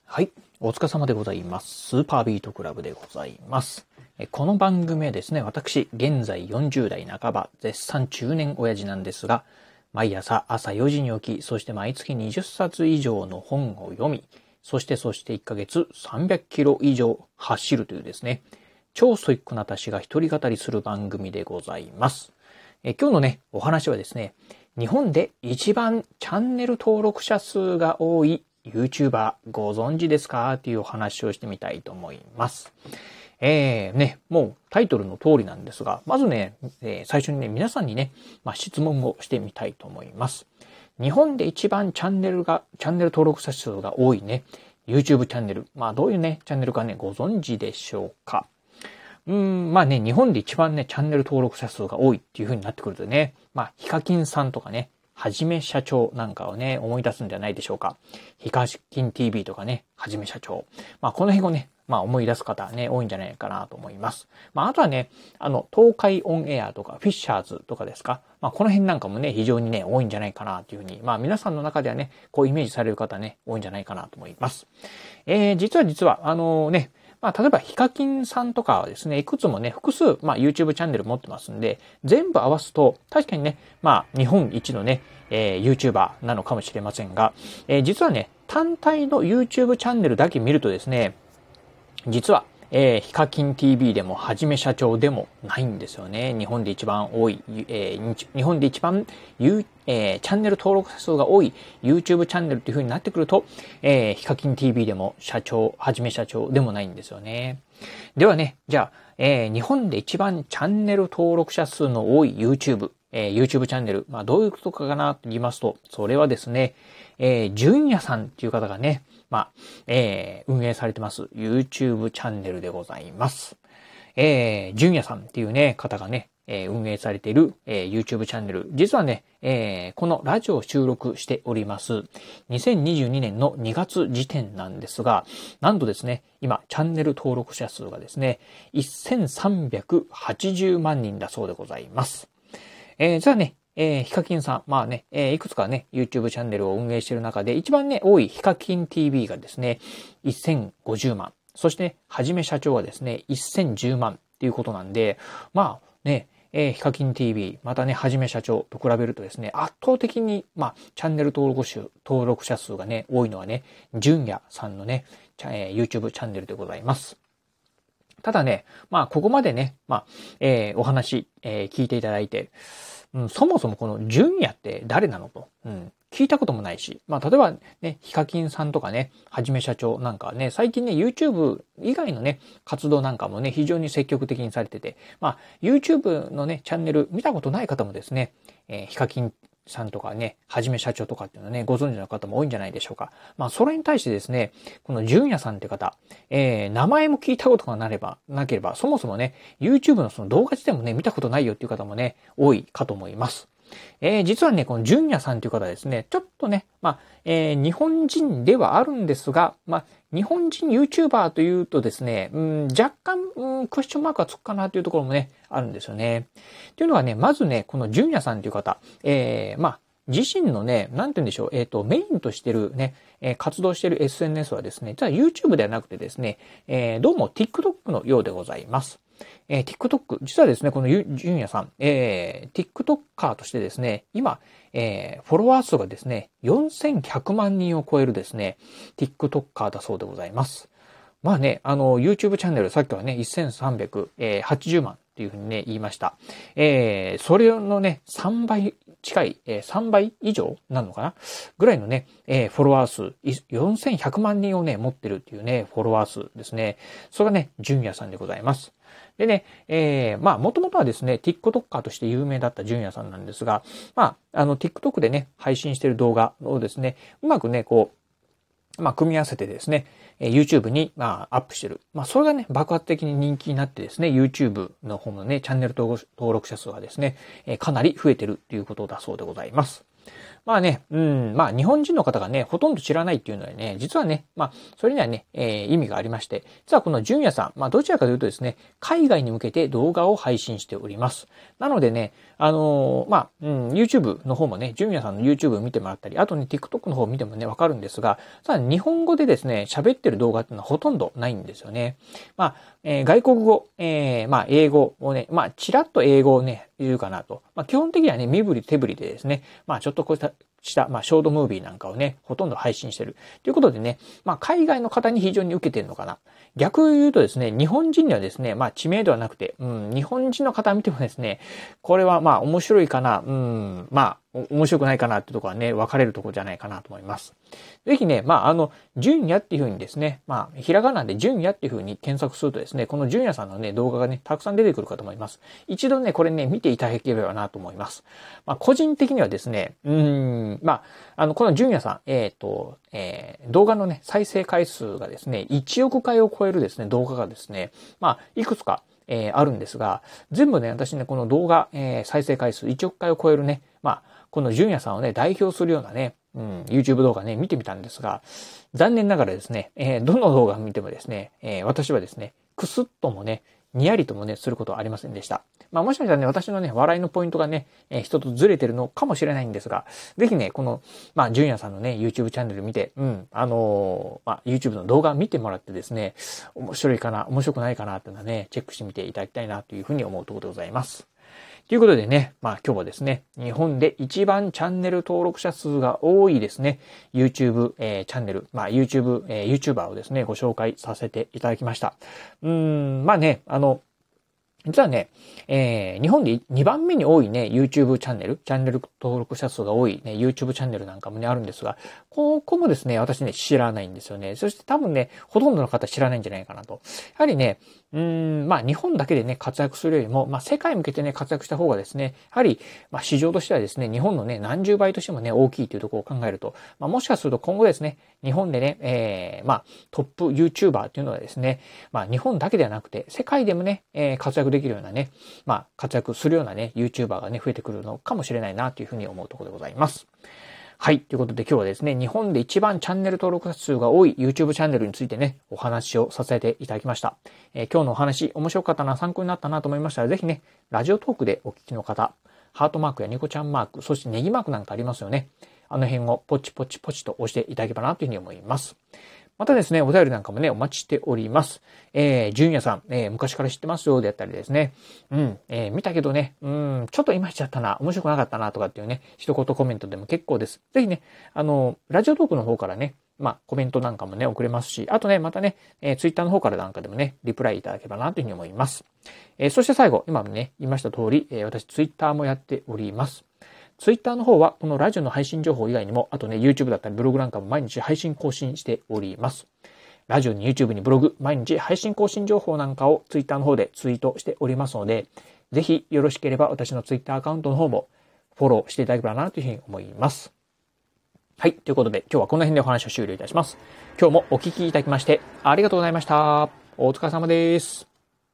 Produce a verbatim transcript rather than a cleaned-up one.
はい。お疲れ様でございます。スーパービートクラブでございます。この番組はですね、私、現在よんじゅう代半ば、絶賛中年親父なんですが、毎朝朝よじに起き、そして毎月にじゅっさつ以上の本を読み、そしてそしていっかげつさんびゃくキロ以上走るというですね、超ストイックな私が一人語りする番組でございます。え今日のね、お話はですね、日本で一番チャンネル登録者数が多いYouTuber ご存知ですかっていうお話をしてみたいと思います。えー、ね、もうタイトルの通りなんですが、まずね、えー、最初にね、皆さんにね、まあ、質問をしてみたいと思います。日本で一番チャンネルが、チャンネル登録者数が多いね、YouTube チャンネル、まあどういうね、チャンネルかね、ご存知でしょうか。うーん、まあね、日本で一番ね、チャンネル登録者数が多いっていう風になってくるとね、まあ、ヒカキンさんとかね、はじめ社長なんかをね、思い出すんじゃないでしょうか。ヒカキン ティーブイ とかね、はじめ社長。まあ、この辺をね、まあ、思い出す方ね、多いんじゃないかなと思います。まあ、あとはね、あの、東海オンエアとか、フィッシャーズとかですか。まあ、この辺なんかもね、非常にね、多いんじゃないかなというふうに、まあ、皆さんの中ではね、こうイメージされる方ね、多いんじゃないかなと思います。えー、実は実は、あのね、まあ、例えば、ヒカキンさんとかはですね、いくつもね、複数、まあ、YouTube チャンネル持ってますんで、全部合わすと、確かにね、まあ、日本一のね、えー、YouTuber なのかもしれませんが、えー、実はね、単体の YouTube チャンネルだけ見るとですね、実は、えー、ヒカキン ティーブイ でも、はじめ社長でもないんですよね。日本で一番多い、えー、日本で一番、ゆえー、チャンネル登録者数が多い YouTube チャンネルという風になってくると、えー、ヒカキン ティーブイ でも社長、はじめ社長でもないんですよね。ではね、じゃあ、えー、日本で一番チャンネル登録者数の多い YouTube、えー、YouTube チャンネル、まあどういうことかなと言いますと、それはですね、えー、純也さんっていう方がね、まあ、えー、運営されてます YouTube チャンネルでございます。えー、純也さんっていうね、方がね、えー、運営されている、えー、YouTube チャンネル。実はね、えー、このラジオを収録しております。にせんにじゅうにねんのにがつ時点なんですが、なんとですね、今、チャンネル登録者数がですね、せんさんびゃくはちじゅうまんにんだそうでございます。えー、じゃあね、えー、ヒカキンさん、まあね、えー、いくつかね、YouTube チャンネルを運営している中で、一番ね、多いヒカキン ティーブイ がですね、せんごじゅうまん。そして、ね、はじめ社長はですね、せんじゅうまんっていうことなんで、まあね、えー、ヒカキン ティーブイ、またね、はじめ社長と比べるとですね、圧倒的に、まあ、チャンネル登録者、登録者数がね、多いのはね、純也さんのね、えー、YouTube チャンネルでございます。ただね、まあ、ここまでね、まあ、えー、お話、えー、聞いていただいて、うん、そもそもこの純也って誰なのと、うん、聞いたこともないし、まあ、例えばね、ヒカキンさんとかね、はじめ社長なんかね、最近ね、YouTube 以外のね、活動なんかもね、非常に積極的にされてて、まあ、YouTube のね、チャンネル見たことない方もですね、えー、ヒカキンさんとかね、はじめ社長とかっていうのはね、ご存知の方も多いんじゃないでしょうか。まあ、それに対してですね、この純也さんって方、えー、名前も聞いたことがなれば、なければ、そもそもね、YouTube のその動画自体もね、見たことないよっていう方もね、多いかと思います。えー、実はね、この純也さんという方はですね、ちょっとね、まあ、えー、日本人ではあるんですが、まあ、日本人 YouTuber というとですね、うん、若干、うん、クエスチョンマークがつくかなというところもね、あるんですよね。というのはね、まずね、この純也さんという方、えー、まあ、自身のね、なんて言うんでしょう、えっと、メインとしてるね、えー、活動している エスエヌエス はですね、実は YouTube ではなくてですね、えー、どうも TikTok のようでございます。えー、TikTok、実はですね、この純也さん、えー、TikToker としてですね、今、えー、フォロワー数がですね、よんせんひゃくまんにんを超えるですね、TikToker だそうでございます。まあね、あの、YouTube チャンネル、さっきはね、せんさんびゃくはちじゅうまんっていうふうにね、言いました。えー、それのね、さんばい近い、えー、さんばい以上なのかなぐらいのね、えー、フォロワー数、よんせんひゃくまんにんをね、持ってるっていうね、フォロワー数ですね。それがね、純也さんでございます。でね、えー、まあ、もともとはですね、TikToker として有名だった純也さんなんですが、まあ、あの、TikTok でね、配信している動画をですね、うまくね、こう、まあ、組み合わせてですね、YouTube に、まあ、アップしてる。まあ、それがね、爆発的に人気になってですね、YouTube の方のね、チャンネル登録者数がですね、かなり増えてるっていうことだそうでございます。 まあね、うん、まあ日本人の方がね、ほとんど知らないっていうのはね、実はね、まあそれにはね、えー、意味がありまして、実はこの純也さん、まあどちらかというとですね、海外に向けて動画を配信しております。なのでね、あのー、まあ、うん、YouTube の方もね、純也さんの YouTube を見てもらったり、あとね、TikTok の方を見てもね、わかるんですが、ただ日本語でですね、喋ってる動画っていうのはほとんどないんですよね。まあ、えー、外国語、えー、まあ英語をね、まあちらっと英語をね、言うかなと。まあ基本的にはね、身振り手振りでですね、まあちょっとこうした、した、まあ、ショートムービーなんかをね、ほとんど配信してる。ということでね、まあ、海外の方に非常に受けてるのかな。逆を言うとですね、日本人にはですね、まあ、知名度はなくて、うん、日本人の方見てもですね、これはまあ、面白いかな、うん、まあ、面白くないかなってところはね、分かれるところじゃないかなと思います。ぜひね、まあ、あの、純也っていう風にですね、まあ、ひらがなで純也っていう風に検索するとですね、この純也さんのね、動画がね、たくさん出てくるかと思います。一度ね、これね、見ていただければなと思います。まあ、個人的にはですね、うーん、まあ、あの、この純也さん、えっと、えー、動画のね、再生回数がですね、いちおくかいを超えるですね、動画がですね、まあ、いくつか、えー、あるんですが、全部ね、私ね、この動画、えー、再生回数いちおくかいを超えるね、まあ、この純也さんをね、代表するようなね、うん、YouTube 動画ね、見てみたんですが、残念ながらですね、えー、どの動画を見てもですね、えー、私はですね、くすっともね、にやりともね、することはありませんでした。まあもしかしたらね、私のね、笑いのポイントがね、えー、人とずれてるのかもしれないんですが、ぜひね、この、まあ、純也さんのね、YouTube チャンネル見て、うん、あのー、まあ、YouTube の動画見てもらってですね、面白いかな、面白くないかなっていうのはね、チェックしてみていただきたいなというふうに思うところでございます。ということでね、まあ今日はですね、日本で一番チャンネル登録者数が多いですね、YouTube、えー、チャンネル、まあ YouTube、えー、YouTuber をですね、ご紹介させていただきました。うーん、まあね、あの、実はね、えー、日本でにばんめに多いね、YouTube チャンネル、チャンネル登録者数が多いね、YouTube チャンネルなんかもね、あるんですが、ここもですね、私ね、知らないんですよね。そして多分ね、ほとんどの方知らないんじゃないかなと。やはりね、うーん、まあ日本だけでね、活躍するよりも、まあ世界向けてね、活躍した方がですね、やはり、まあ市場としてはですね、日本のね、何十倍としてもね、大きいというところを考えると、まあもしかすると今後ですね、日本でね、えー、まあトップ YouTuber っていうのはですね、まあ日本だけではなくて、世界でもね、えー、活躍できるようなね、まあ活躍するようなね、YouTuber がね、増えてくるのかもしれないなというふうに思うところでございます。はい。ということで今日はですね、日本で一番チャンネル登録者数が多い YouTube チャンネルについてね、お話をさせていただきました。えー、今日のお話、面白かったな、参考になったなと思いましたら、ぜひね、ラジオトークでお聞きの方、ハートマークやニコちゃんマーク、そしてネギマークなんかありますよね。あの辺をポチポチポチと押していただければなというふうに思います。またですね、お便りなんかもね、お待ちしております。えー、純也さん、えー、昔から知ってますよ、であったりですね。うん、えー、見たけどね、うん、ちょっといまいちだったな、面白くなかったな、とかっていうね、一言コメントでも結構です。ぜひね、あの、ラジオトークの方からね、まあ、コメントなんかもね、送れますし、あとね、またね、えー、ツイッターの方からなんかでもね、リプライいただければな、というふうに思います。えー、そして最後、今もね、言いました通り、えー、私ツイッターもやっております。ツイッターの方は、このラジオの配信情報以外にも、あとね、YouTube だったりブログなんかも毎日配信更新しております。ラジオに YouTube にブログ、毎日配信更新情報なんかを Twitter の方でツイートしておりますので、ぜひよろしければ私の Twitter アカウントの方もフォローしていただければなというふうに思います。はい。ということで今日はこの辺でお話を終了いたします。今日もお聞きいただきましてありがとうございました。お疲れ様です。